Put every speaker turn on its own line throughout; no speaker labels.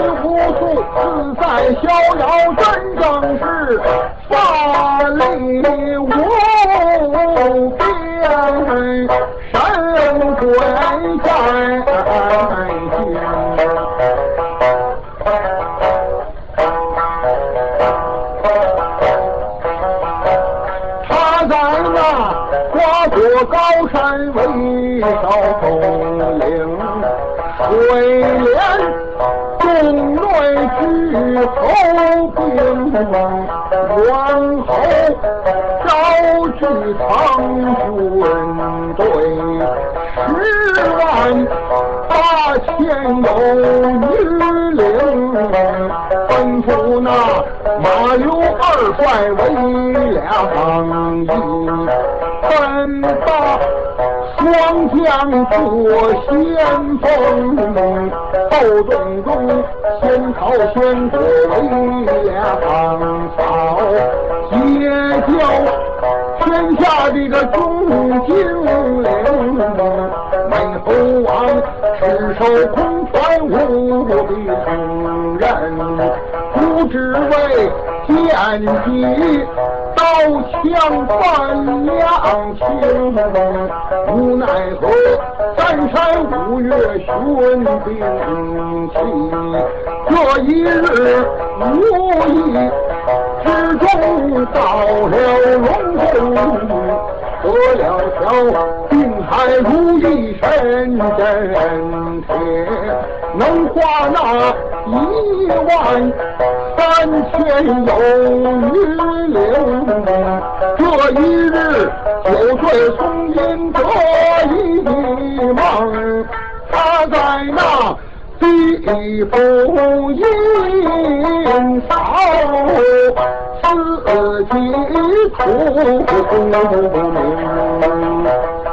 无数，自在逍遥，真正是法力无边，神鬼在天。他在那花果高山为首统领，水帘洞内之后兵，王后召集唐军队108000有余领，吩咐那马刘二帅为两翼，分发双将做先锋，后洞中先讨先果为粮草，结交天下这个众精灵，美猴王赤手空拳无比承认，不只为剑戟刀枪扮两情，无奈何3山5岳寻兵器，这一日无意之中到了龙宫，得了条定海如意神针铁，能化那13000有余领。这一日酒醉松阴得一梦，他在那地府阴曹自己出名。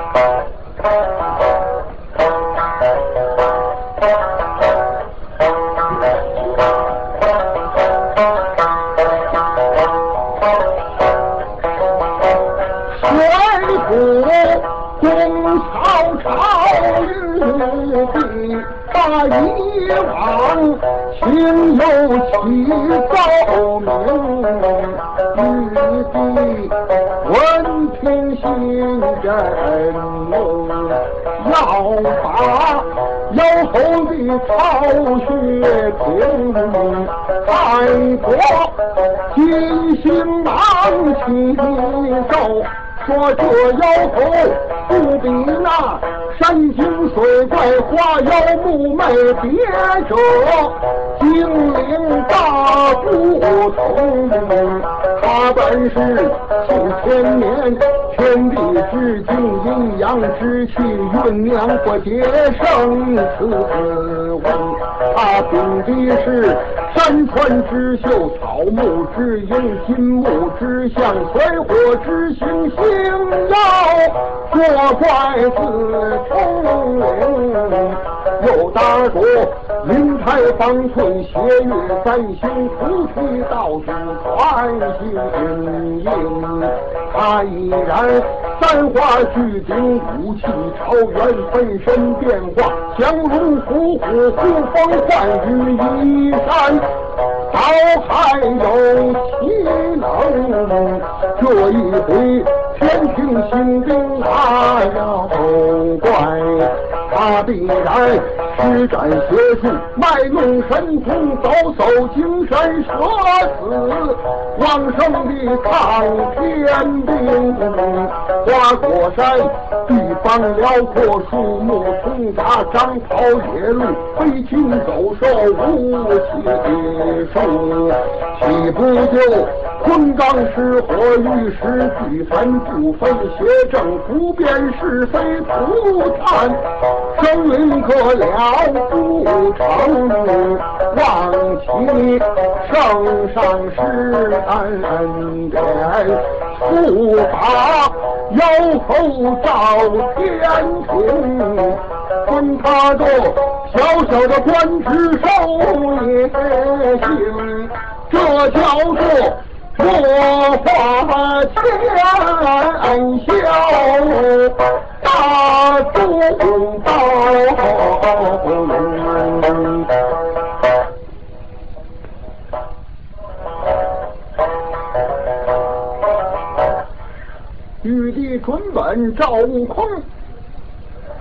他以往情有其高明，玉帝闻听心震怒，要把腰后的巢穴停，泰国金星忙起奏，说这妖猴不比那山精水怪花妖木魅，别者精灵大不同。他本是7000年天地之精，阴阳之气酝酿不结生死文。他秉的是山川之秀，草木之英，金木之象，水火之行，星耀作怪自通灵，又打着灵台方寸，斜月3星，菩提道主传心应。他依然三花聚顶，武器超远，分身变化，降龙伏虎，呼风唤雨，一山倒还有其能。这一回天庭行兵哪要怪，他必然施展邪术，卖弄神通，抖擞精神，舍死旺盛的抗天兵。花果山地方辽阔，树木丛杂，长草野鹿，飞禽走兽无其数。岂不就昆冈失火，玉石俱焚，不分邪正，不辨是非，涂炭生灵可了不成，望其圣上施恩典，护法妖后照天庭，分他个小小的官职受也行，这叫做落花前笑，大众报。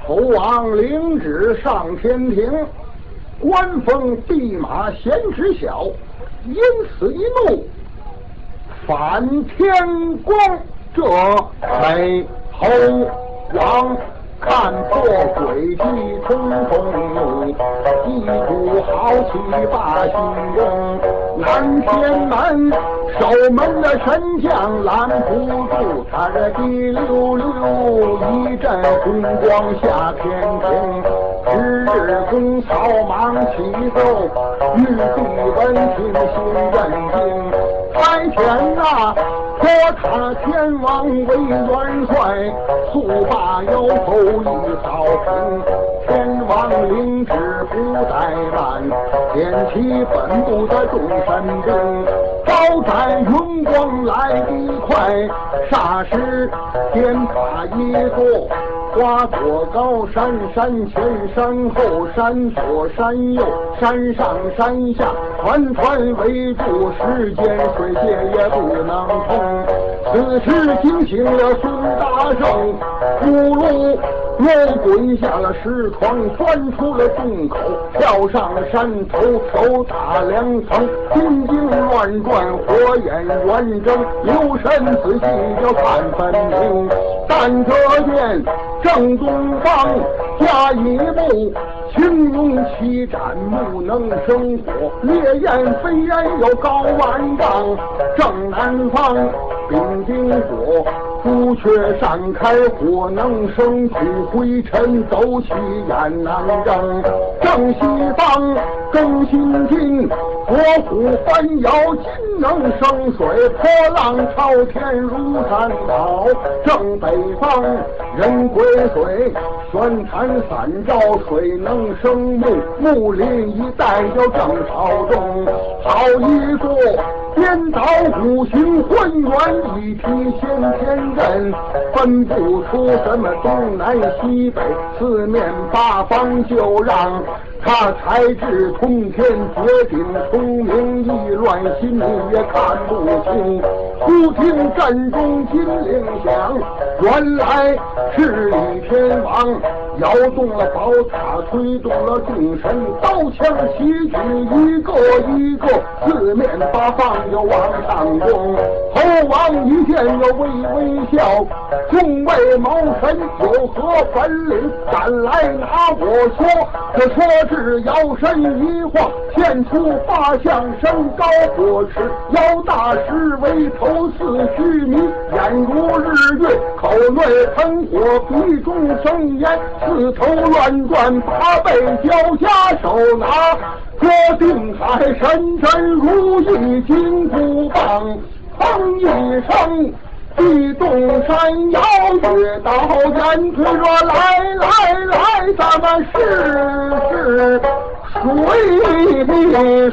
投王领旨上天庭，官封弼马贤知晓，因此一怒反天光，这美猴王看破诡计，通通怒，一股豪气把心中。南天门守门的神将拦不住，他这滴溜溜一阵红光下天庭。值日公草忙启奏，玉帝闻听心震惊。开前呐，托他天王为元帅，速罢摇头一扫平。天王领旨不怠慢，点起本部的众神兵，招展云光来得快，霎时天塔一座，花朵高山，山前山后，山左山右，山上山下，团团围住，世间水界也不能通。此时惊醒了孙大圣，呼噜又滚下了石床，钻出了洞口，跳上了山头，手打两层，金睛乱转，火眼圆睁，留神仔细就看分明。但可见正东方加一幕，青龙七斩木能生火，烈焰飞烟有高万丈。正南方丙丁火，朱雀闪开，火能生土，灰尘走起雁囊扔。正西方更新金，火虎翻摇，金能生水，波浪朝天如山倒。正北方人归水，玄坛散照，水能生木，木林一带叫正朝中。好一座颠倒五行，浑圆一体先天阵，分不出什么东南西北，四面八方就让他才智通天，绝顶聪明，意乱心里也看不清。忽听阵中金铃响，原来是李天王摇动了宝塔，推动了众神，刀枪齐举，一个一个，四面八方又往上攻。猴王一见又微微笑，众位谋臣有何本领，敢来拿我说？这说是摇身一晃，现出八相身高火持，腰大十围头似须弥，眼如日月，口内喷火，鼻中生烟，四头乱转，八背交加，手拿捉定海，神神如意金箍棒，砰一声地动山摇，越到眼推说来来来，咱们试水秘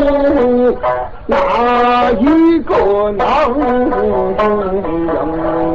书哪一个能赢？